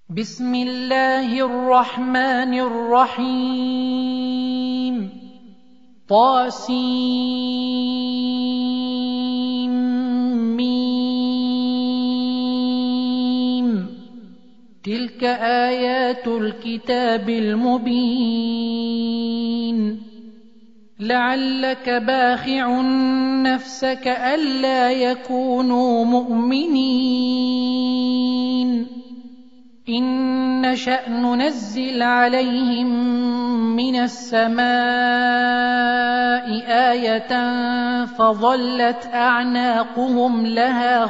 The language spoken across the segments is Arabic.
بسم الله الرحمن الرحيم طاسيم تلك آيات الكتاب المبين لعلك باخع نفسك ألا يكونوا مؤمنين إن نشأ ننزل عليهم من السماء آية فظلت أعناقهم لها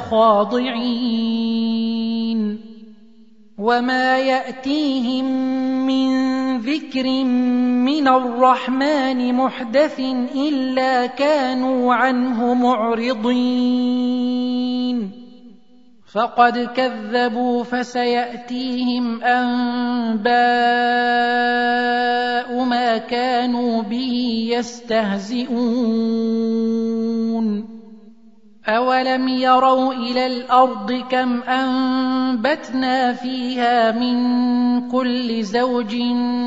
خاضعين وما يأتيهم من ذكر من الرحمن محدث إلا كانوا عنه معرضين فقد كذبوا فسيأتيهم أنباء ما كانوا به يستهزئون أولم يروا إلى الأرض كم أنبتنا فيها من كل زوج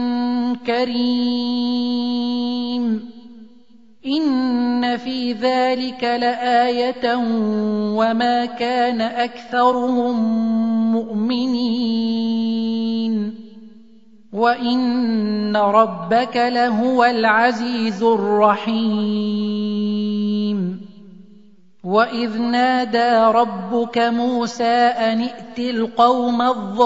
كريم إن في ذلك لآية وما كان أكثرهم مؤمنين وإن ربك لهو العزيز الرحيم وإذ نادى ربك موسى أن ائت القوم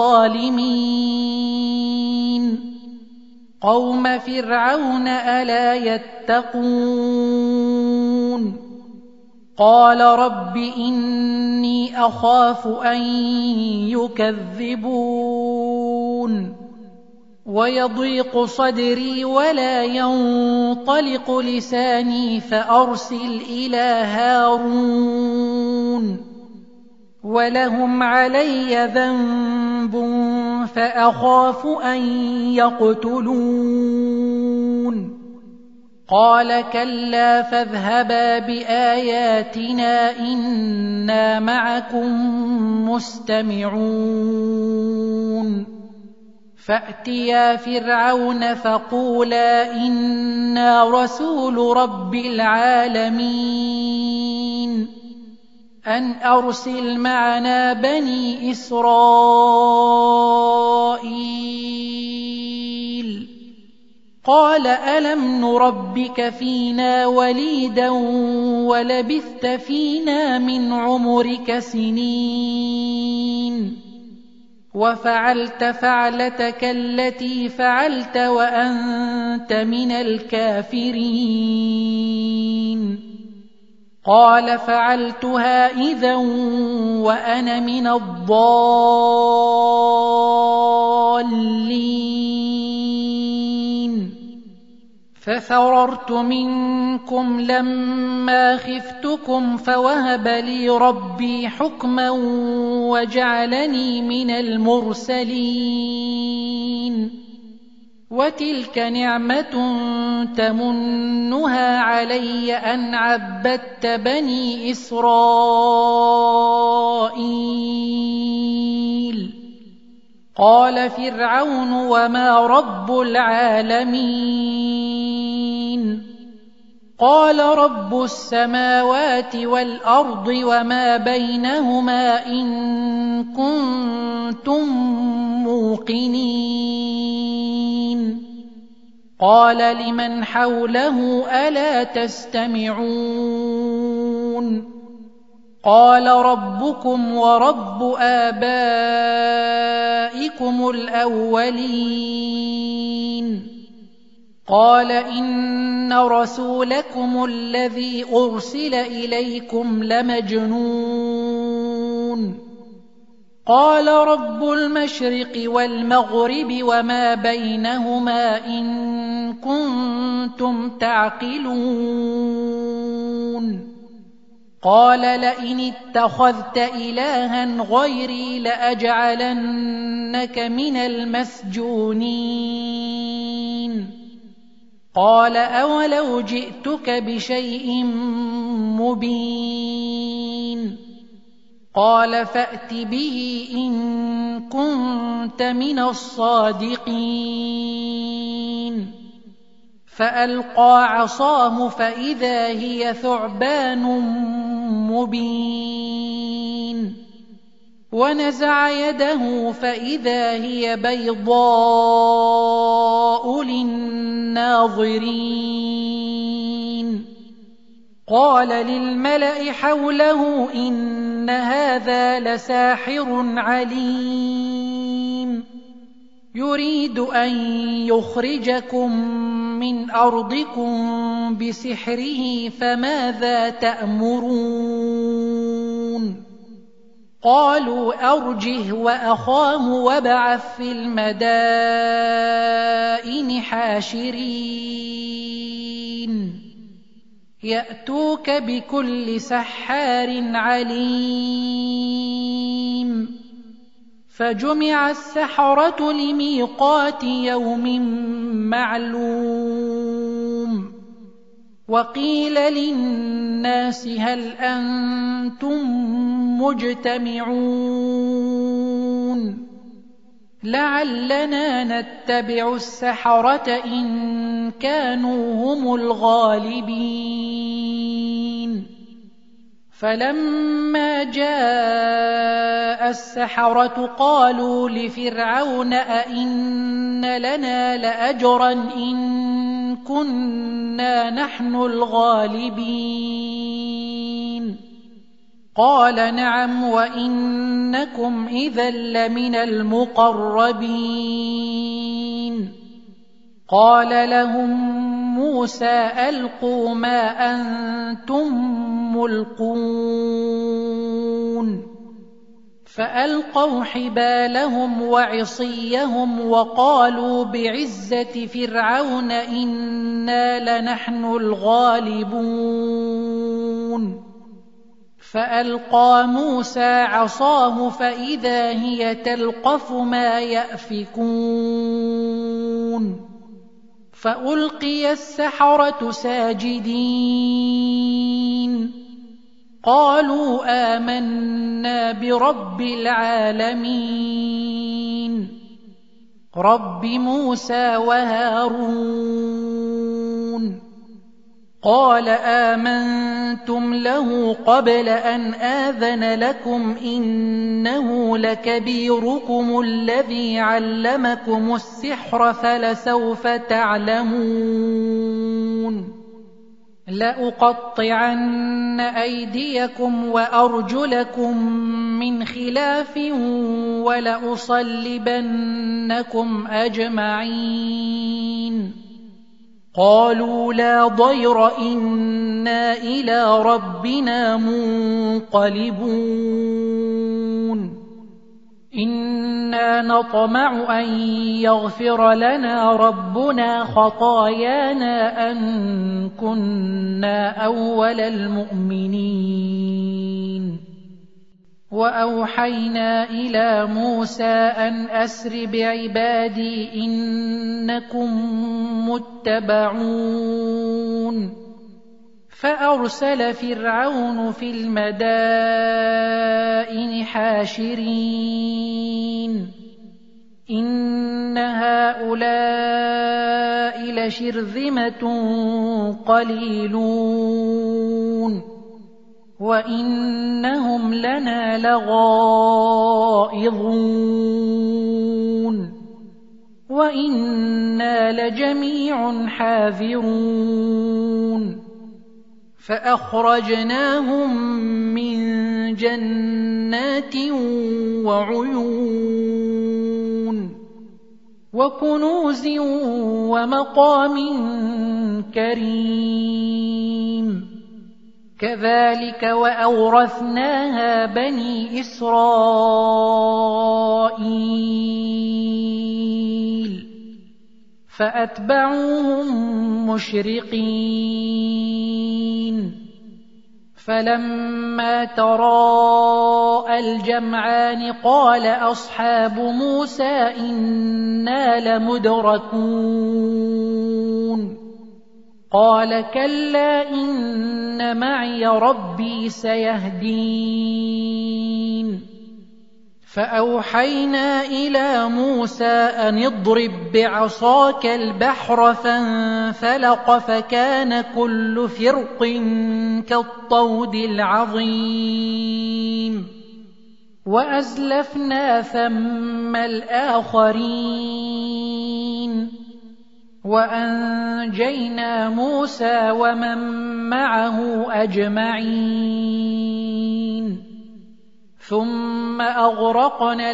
الظالمين قوم فرعون ألا يتقون قال رب إني أخاف أن يكذبون ويضيق صدري ولا ينطلق لساني فأرسل إلى هارون ولهم علي ذنب فأخاف أن يقتلون قال كلا فاذهبا بآياتنا إنا معكم مستمعون فأتيا فرعون فقولا إنا رسول رب العالمين أن أرسل معنا بني إسرائيل قال ألم نربك فينا وليدا ولبثت فينا من عمرك سنين وفعلت فعلتك التي فعلت وأنت من الكافرين قال فعلتها إذا وأنا من الضالين ففررت منكم لما خفتكم فوهب لي ربي حكما وجعلني من المرسلين وتلك نعمة تمنها علي أن عبدت بني إسرائيل قال فرعون وما رب العالمين قال رب السماوات والأرض وما بينهما إن كنتم موقنين قال لمن حوله ألا تستمعون قال ربكم ورب آبائكم الأولين قال إن رسولكم الذي أرسل إليكم لمجنون قال رب المشرق والمغرب وما بينهما إن كنتم تعقلون قال لئن اتخذت إلها غيري لأجعلنك من المسجونين قال أولو جئتك بشيء مبين قال فأت به إن كنت من الصادقين فألقى عصاه فإذا هي ثعبان مبين ونزع يده فإذا هي بيضاء للناظرين قال للملأ حوله إن هذا لساحر عليم يريد أن يخرجكم من أرضكم بسحره فماذا تأمرون قالوا أرجه وأخاه وابعث في المدائن حاشرين يأتوك بكل سحار عليم فجمع السحرة لميقات يوم معلوم وقيل للناس هل أنتم مجتمعون لعلنا نتبع السحرة إن كانوا هم الغالبين فلما جاء السحرة قالوا لفرعون أئن لنا لأجرا إن كنا نحن الغالبين قال نعم وإنكم إذا لمن المقربين قال لهم موسى ألقوا ما أنتم ملقون فألقوا حبالهم وعصيهم وقالوا بعزة فرعون إنا لنحن الغالبون فألقى موسى عصاه فإذا هي تلقف ما يأفكون فألقي السحرة ساجدين قالوا آمنا برب العالمين رب موسى وهارون قال آمنتم له قبل أن آذن لكم إنه لكبيركم الذي علمكم السحر فلسوف تعلمون لأقطعن أيديكم وأرجلكم من خلاف ولأصلبنكم أجمعين قالوا لا ضير إنا إلى ربنا منقلبون إنا نطمع أن يغفر لنا ربنا خطايانا أن كنا أول المؤمنين وأوحينا إلى موسى أن أسر بعبادي إنكم متبعون فأرسل فرعون في المدائن حاشرين إن هؤلاء لشرذمة قليلون وإنهم لنا لغائظون وإنا لجميع حاذرون فأخرجناهم من جنات وعيون وكنوز ومقام كريم كذلك وأورثناها بني إسرائيل فأتبعوهم مشرقين فلما تراءى الجمعان قال أصحاب موسى إنا لمدركون قال كلا إن معي ربي سيهدين فأوحينا إلى موسى أن اضرب بعصاك البحر فانفلق فكان كل فرق كالطود العظيم وأزلفنا ثم الآخرين وأنجينا موسى ومن معه أجمعين ثم أغرقنا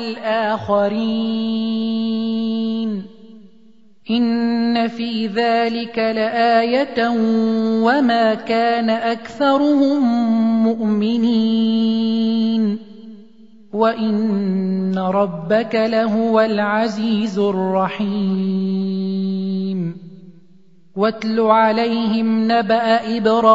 الآخرين إن في ذلك لآية وما كان أكثرهم مؤمنين وإن ربك لهو العزيز الرحيم واتل عليهم نبأ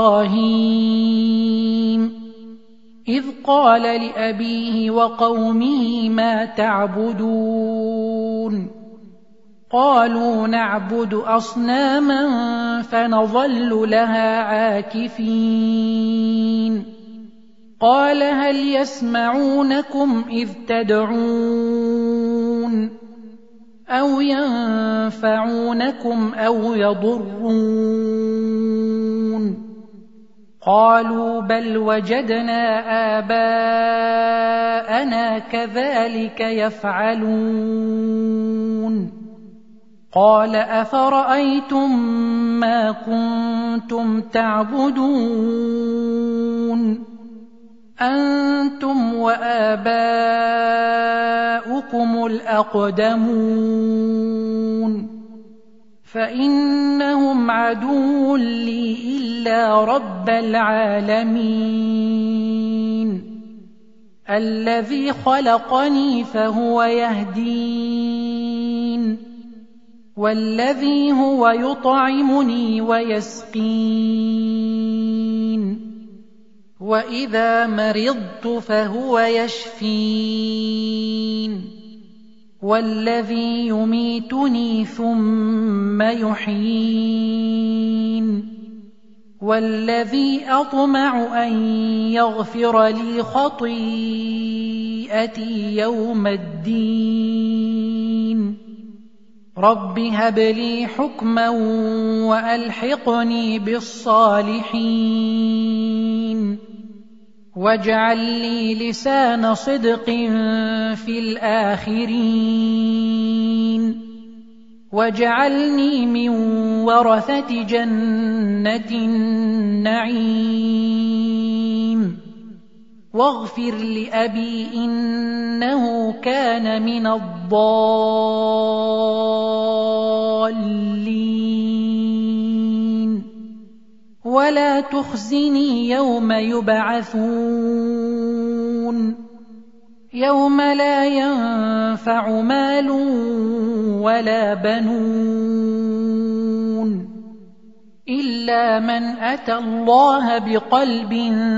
إبراهيم إذ قال لأبيه وقومه ما تعبدون قالوا نعبد أصناما فنظل لها عاكفين قال هل يسمعونكم إذ تدعون أو ينفعونكم أو يضرون قالوا بل وجدنا آباءنا كذلك يفعلون قال أفرأيتم ما كنتم تعبدون أنتم وآباؤكم الأقدمون فإنهم عدو لي إلا رب العالمين الذي خلقني فهو يهدين والذي هو يطعمني ويسقين وإذا مرضت فهو يشفين والذي يميتني ثم يحيين والذي أطمع أن يغفر لي خطيئتي يوم الدين رب هب لي حكما وألحقني بالصالحين واجعل لي لسان صدق في الآخرين واجعلني من ورثة جنة النعيم واغفر لأبي إنه كان من الضالين ولا تخزني يوم يبعثون يوم لا ينفع مال ولا بنون إلا من أتى الله بقلب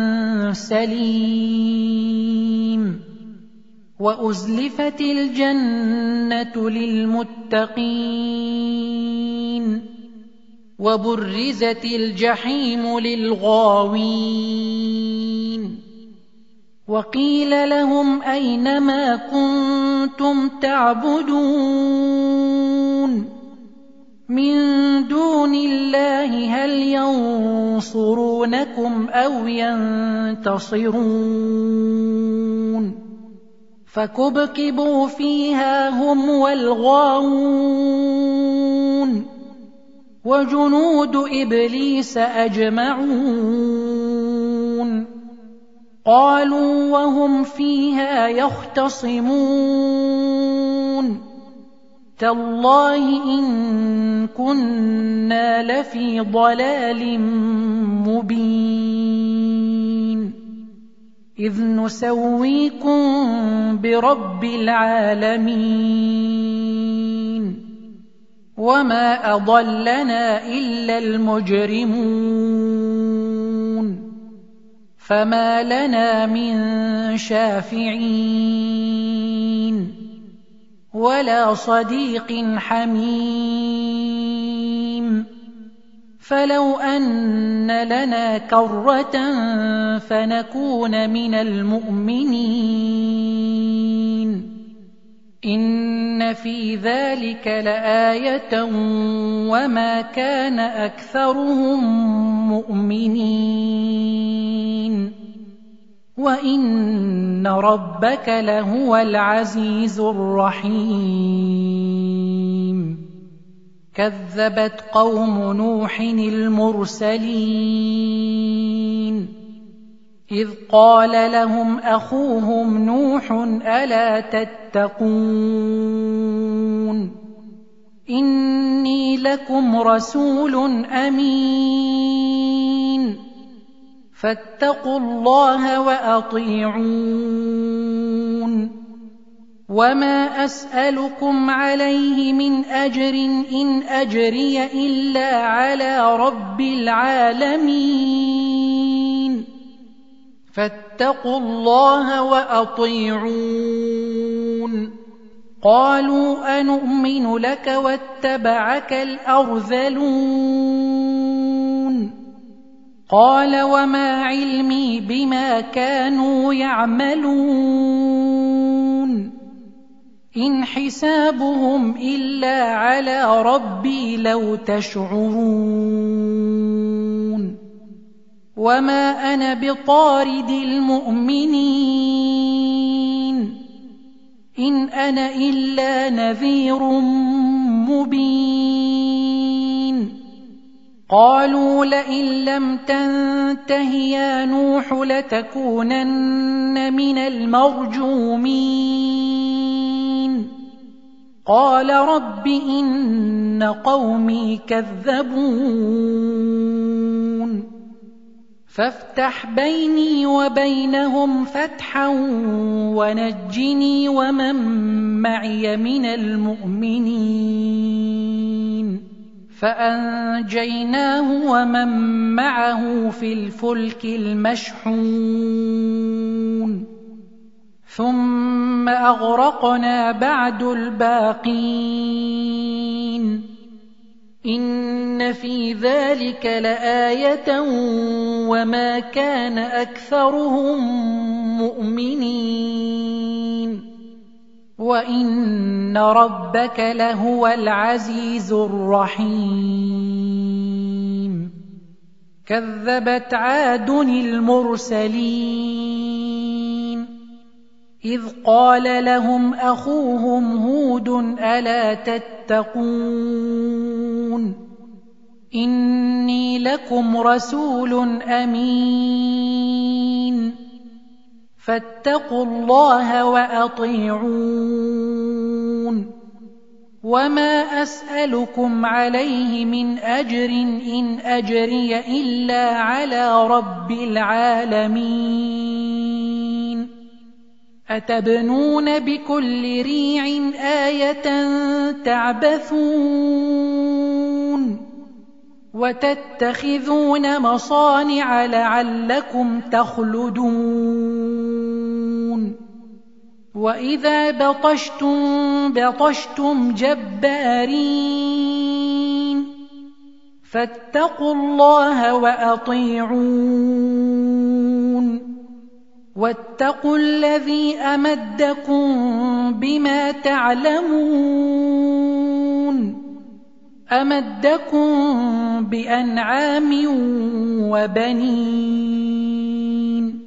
سليم وأزلفت الجنة للمتقين وبرزت الجحيم للغاوين وقيل لهم أين ما كنتم تعبدون من دون الله هل ينصرونكم أو ينتصرون فكبكبوا فيها هم والغاوون وجنود إبليس أجمعون قالوا وهم فيها يختصمون تالله إن كنا لفي ضلال مبين إذ نسويكم برب العالمين وما أضلنا إلا المجرمون فما لنا من شافعين ولا صديق حميم فلو أن لنا كرة فنكون من المؤمنين إن في ذلك لآية وما كان أكثرهم مؤمنين وإن ربك لهو العزيز الرحيم كذبت قوم نوح المرسلين إذ قال لهم أخوهم نوح ألا تتقون إني لكم رسول أمين فاتقوا الله وأطيعون وما أسألكم عليه من أجر إن أجري إلا على رب العالمين فاتقوا الله وأطيعون قالوا أنؤمن لك واتبعك الأرذلون قال وما علمي بما كانوا يعملون إن حسابهم إلا على ربي لو تشعرون وما أنا بطارد المؤمنين إن أنا إلا نذير مبين قالوا لئن لم تنته يا نوح لتكونن من المرجومين قال رب إن قومي كذبون فافتح بيني وبينهم فتحا ونجني ومن معي من المؤمنين فأنجيناه ومن معه في الفلك المشحون ثم أغرقنا بعد الباقين إن في ذلك لآية وما كان أكثرهم مؤمنين وإن ربك لهو العزيز الرحيم كذبت عاد المرسلين إذ قال لهم أخوهم هود ألا تتقون إني لكم رسول أمين فاتقوا الله وأطيعون وما أسألكم عليه من أجر إن أجري إلا على رب العالمين أتبنون بكل ريع آية تعبثون وتتخذون مصانع لعلكم تخلدون وإذا بطشتم جبارين فاتقوا الله وأطيعون واتقوا الذي أمدكم بما تعلمون أمدكم بأنعام وبنين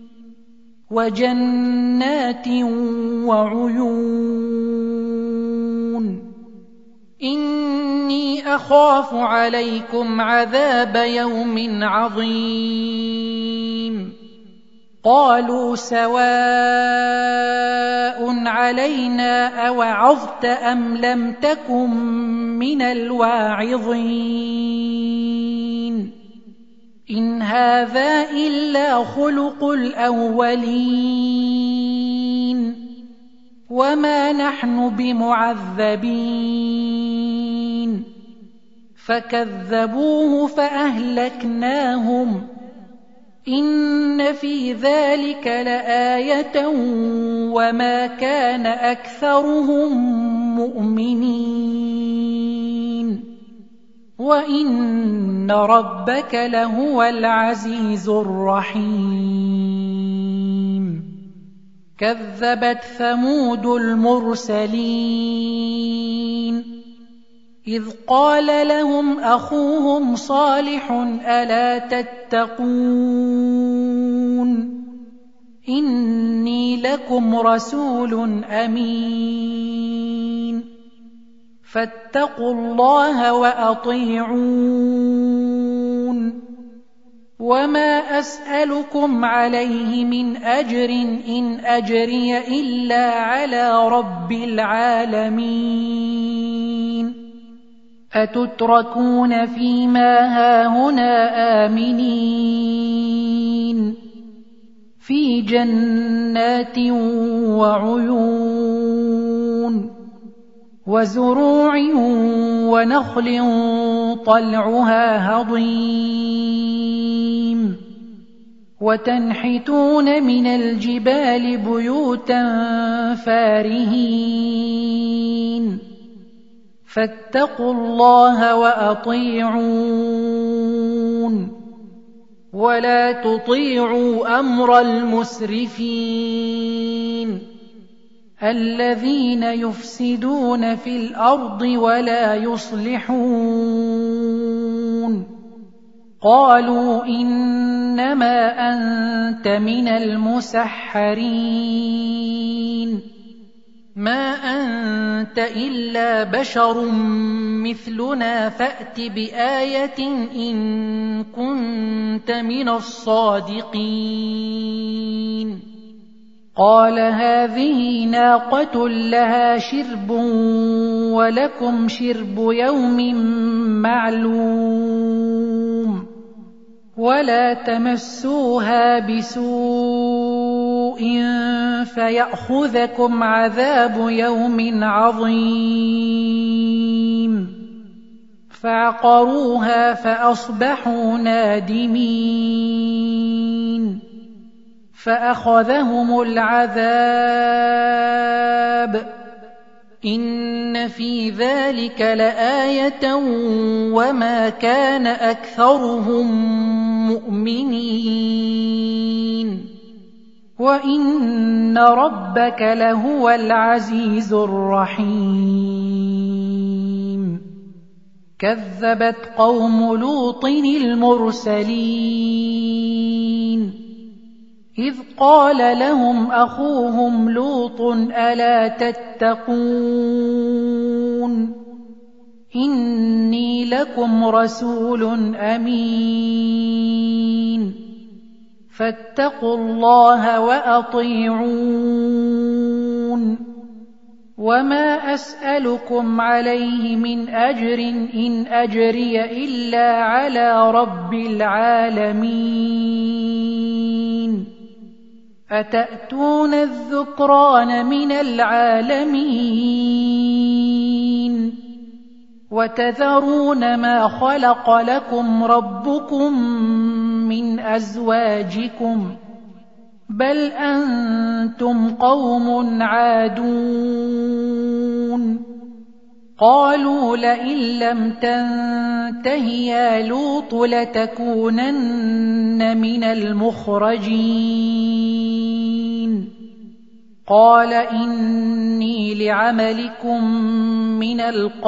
وجنات وعيون إني أخاف عليكم عذاب يوم عظيم قالوا سواء علينا أوعظت أم لم تكن من الواعظين إن هذا إلا خلق الأولين وما نحن بمعذبين فكذبوه فأهلكناهم إن في ذلك لآية وما كان أكثرهم مؤمنين وَإِنَّ رَبَّكَ لَهُوَ الْعَزِيزُ الرَّحِيمُ كَذَّبَتْ ثَمُودُ الْمُرْسَلِينَ إِذْ قَالَ لَهُمْ أَخُوهُمْ صَالِحٌ أَلَا تَتَّقُونَ إِنِّي لَكُمْ رَسُولٌ أَمِينٌ فَاتَّقُوا اللَّهَ وَأَطِيعُونِ وَمَا أَسْأَلُكُمْ عَلَيْهِ مِنْ أَجْرٍ إِنْ أَجْرِيَ إِلَّا عَلَى رَبِّ الْعَالَمِينَ أَتُتْرَكُونَ فِيمَا هَاهُنَا آمِنِينَ فِي جَنَّاتٍ وَعُيُونٍ وَزُرُوعٍ وَنَخْلٍ طَلْعُهَا هَضِيمٌ وَتَنْحِتُونَ مِنَ الْجِبَالِ بُيُوتًا فَارِهِينَ فَاتَّقُوا اللَّهَ وَأَطِيعُونِ وَلَا تُطِيعُوا أَمْرَ الْمُسْرِفِينَ الَّذِينَ يُفْسِدُونَ فِي الْأَرْضِ وَلَا يُصْلِحُونَ قَالُوا إِنَّمَا أَنتَ مِنَ الْمُسَحَّرِينَ مَا أَنتَ إِلَّا بَشَرٌ مِثْلُنَا فَأْتِ بِآيَةٍ إِن كُنتَ مِنَ الصَّادِقِينَ قَالَ هَٰذِهِ نَاقَةٌ لَهَا شِرْبٌ وَلَكُمْ شِرْبُ يَوْمٍ مَّعْلُومٍ وَلَا تَمَسُّوهَا بِسُوءٍ فَيَأْخُذَكُمْ عَذَابُ يَوْمٍ عَظِيمٍ فَعَقَرُوهَا فَأَصْبَحُوا نَادِمِينَ فَأَخَذَهُمُ الْعَذَابُ إِنَّ فِي ذَلِكَ لَآيَةً وَمَا كَانَ أَكْثَرُهُم مُّؤْمِنِينَ وَإِنَّ رَبَّكَ لَهُوَ الْعَزِيزُ الرَّحِيمُ كَذَّبَتْ قَوْمُ لُوطٍ الْمُرْسَلِينَ إِذْ قَالَ لَهُمْ أَخُوهُمْ لُوطٌ أَلَا تَتَّقُونَ إِنِّي لَكُمْ رَسُولٌ أَمِينٌ فَاتَّقُوا اللَّهَ وَأَطِيعُونِ وَمَا أَسْأَلُكُمْ عَلَيْهِ مِنْ أَجْرٍ إِنْ أَجْرِيَ إِلَّا عَلَى رَبِّ الْعَالَمِينَ أَتَأْتُونَ الذُّكْرَانَ مِنَ الْعَالَمِينَ وَتَذَرُونَ مَا خَلَقَ لَكُمْ رَبُّكُمْ مِنْ أَزْوَاجِكُمْ بَلْ أَنْتُمْ قَوْمٌ عَادُونَ قَالُوا لَئِن لَّمْ تَنتَهِ يَا لُوطُ لَتَكُونَنَّ مِنَ الْمُخْرَجِينَ قَالَ إِنِّي لِعَمَلِكُم مِّنَ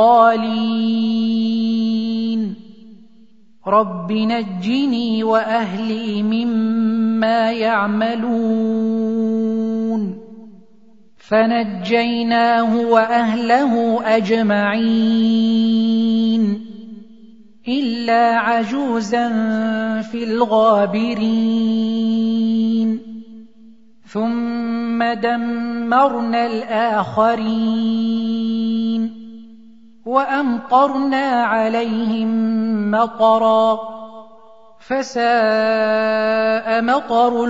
الْقَالِينَ رَبِّ نَجِّنِي وَأَهْلِي مِمَّا يَعْمَلُونَ فَنَجَّيْنَاهُ وَأَهْلَهُ أَجْمَعِينَ إِلَّا عَجُوزًا فِي الْغَابِرِينَ ثُمَّ دَمَّرْنَا الْآخَرِينَ وَأَمْطَرْنَا عَلَيْهِم مَّطَرًا فَسَاءَ مَطَرُ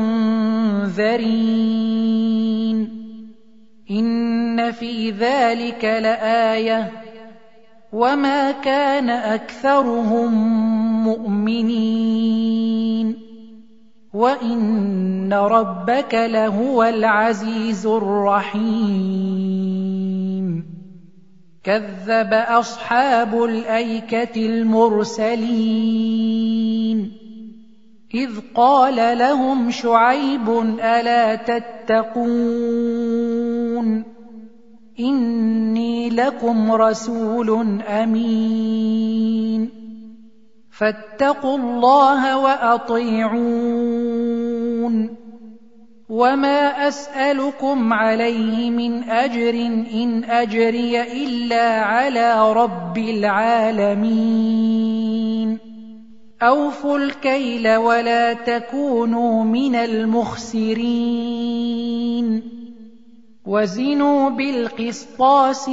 الْمُنذَرِينَ إِنَّ فِي ذَلِكَ لَآيَةً وَمَا كَانَ أَكْثَرُهُم مُّؤْمِنِينَ وَإِنَّ رَبَّكَ لَهُوَ الْعَزِيزُ الرَّحِيمُ كذب أصحاب الأيكة المرسلين إذ قال لهم شعيب ألا تتقون إني لكم رسول أمين فاتقوا الله وأطيعون وما أسألكم عليه من أجر إن أجري إلا على رب العالمين أوفوا الكيل ولا تكونوا من المخسرين وزنوا بالقسطاس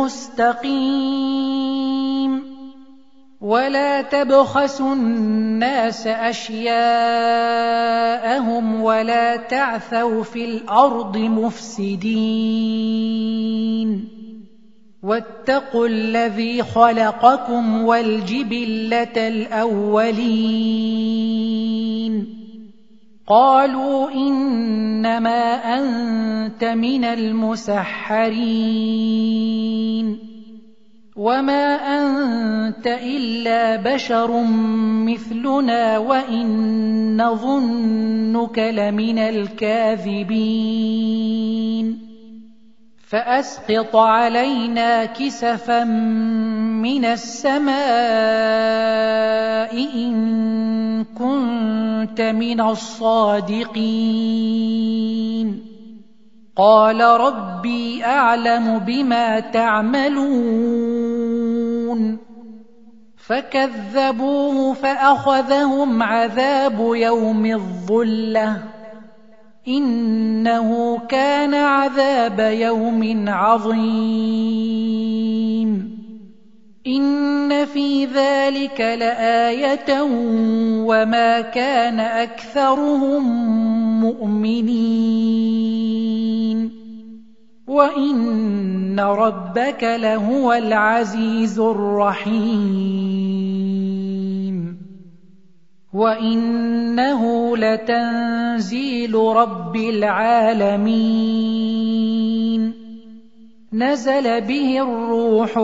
المستقيم ولا تبخسوا الناس أشياءهم ولا تعثوا في الأرض مفسدين واتقوا الذي خلقكم والجبلة الأولين قالوا إنما أنت من المسحرين وما أنت إلا بشر مثلنا وإن نظنك لمن الكاذبين فأسقط علينا كسفا من السماء إن كنت من الصادقين قال ربي أعلم بما تعملون فكذبوه فأخذهم عذاب يوم الظلة إنه كان عذاب يوم عظيم إن في ذلك لآية وما كان أكثرهم مؤمنين وإن ربك لهو العزيز الرحيم وإنه لتنزيل رب العالمين نزل به الروح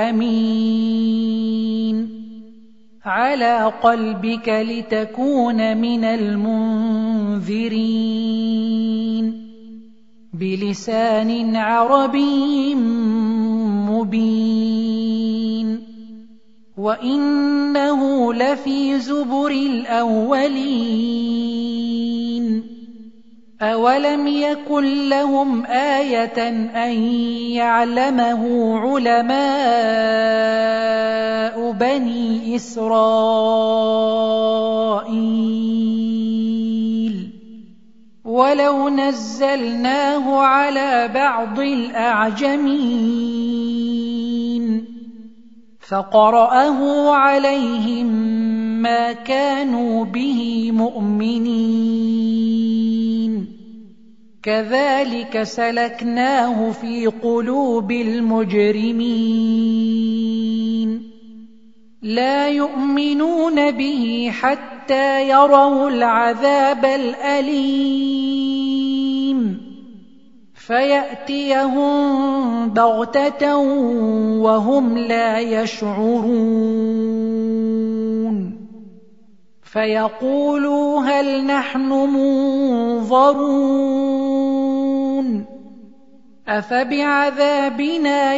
الأمين على قلبك لتكون من المنذرين بلسان عربي مبين وإنه لفي زبر الأولين أولم يكن لهم آية أن يعلمه علماء بني إسرائيل ولو نزلناه على بعض الأعجمين فقرأه عليهم ما كانوا به مؤمنين كذلك سلكناه في قلوب المجرمين لا يؤمنون به حتى يروا العذاب الأليم فيأتيهم بغتة وهم لا يشعرون فيقولوا هل نحن منظرون أفبعذابنا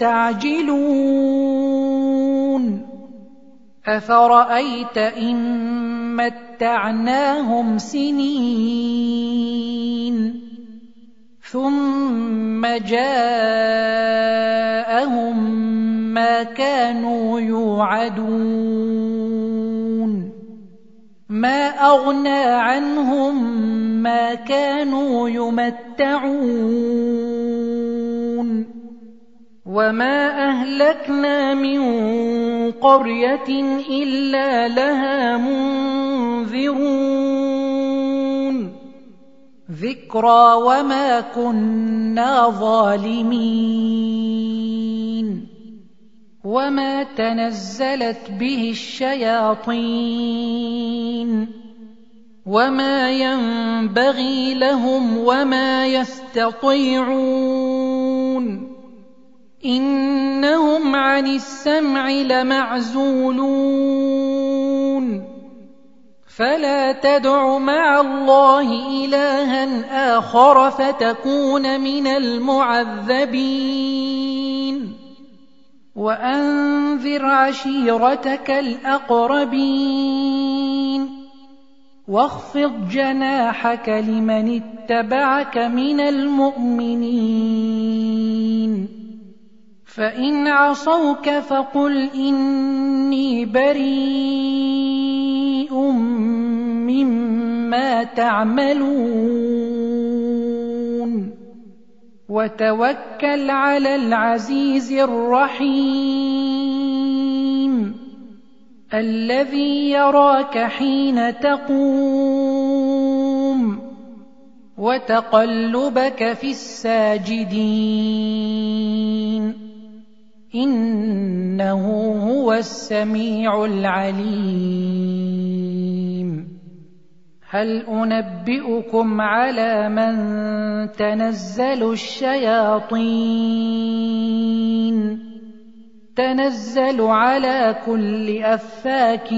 يستعجلون أفرأيت إن متعناهم سنين ثم جاءهم ما كانوا يوعدون ما أغنى عنهم ما كانوا يمتعون وما أهلكنا من قرية إلا لها منذرون ذكرى وما كنا ظالمين وما تنزلت به الشياطين وما ينبغي لهم وما يستطيعون إنهم عن السمع لمعزولون فلا تدع مع الله إلها آخر فتكون من المعذبين وأنذر عشيرتك الأقربين واخفض جناحك لمن اتبعك من المؤمنين فإن عصوك فقل إني بريء مما تعملون وتوكل على العزيز الرحيم الذي يراك حين تقوم وتقلبك في الساجدين إنه هو السميع العليم هل أنبئكم على من تنزل الشياطين تنزل على كل أفاك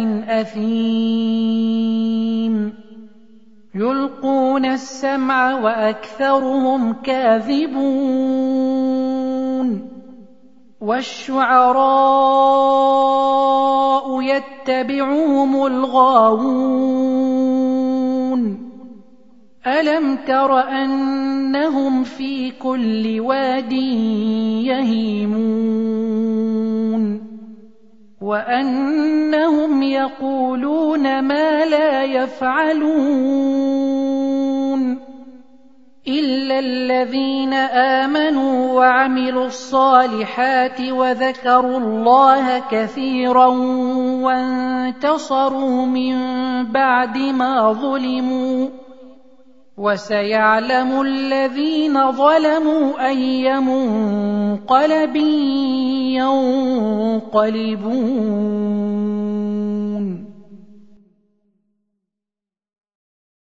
أثيم يلقون السمع وأكثرهم كاذبون والشعراء يتبعهم الغاوون ألم تر أنهم في كل واد يهيمون وأنهم يقولون ما لا يفعلون إلا الذين آمنوا وعملوا الصالحات وذكروا الله كثيرا وانتصروا من بعد ما ظلموا وسيعلم الذين ظلموا أي منقلب ينقلبون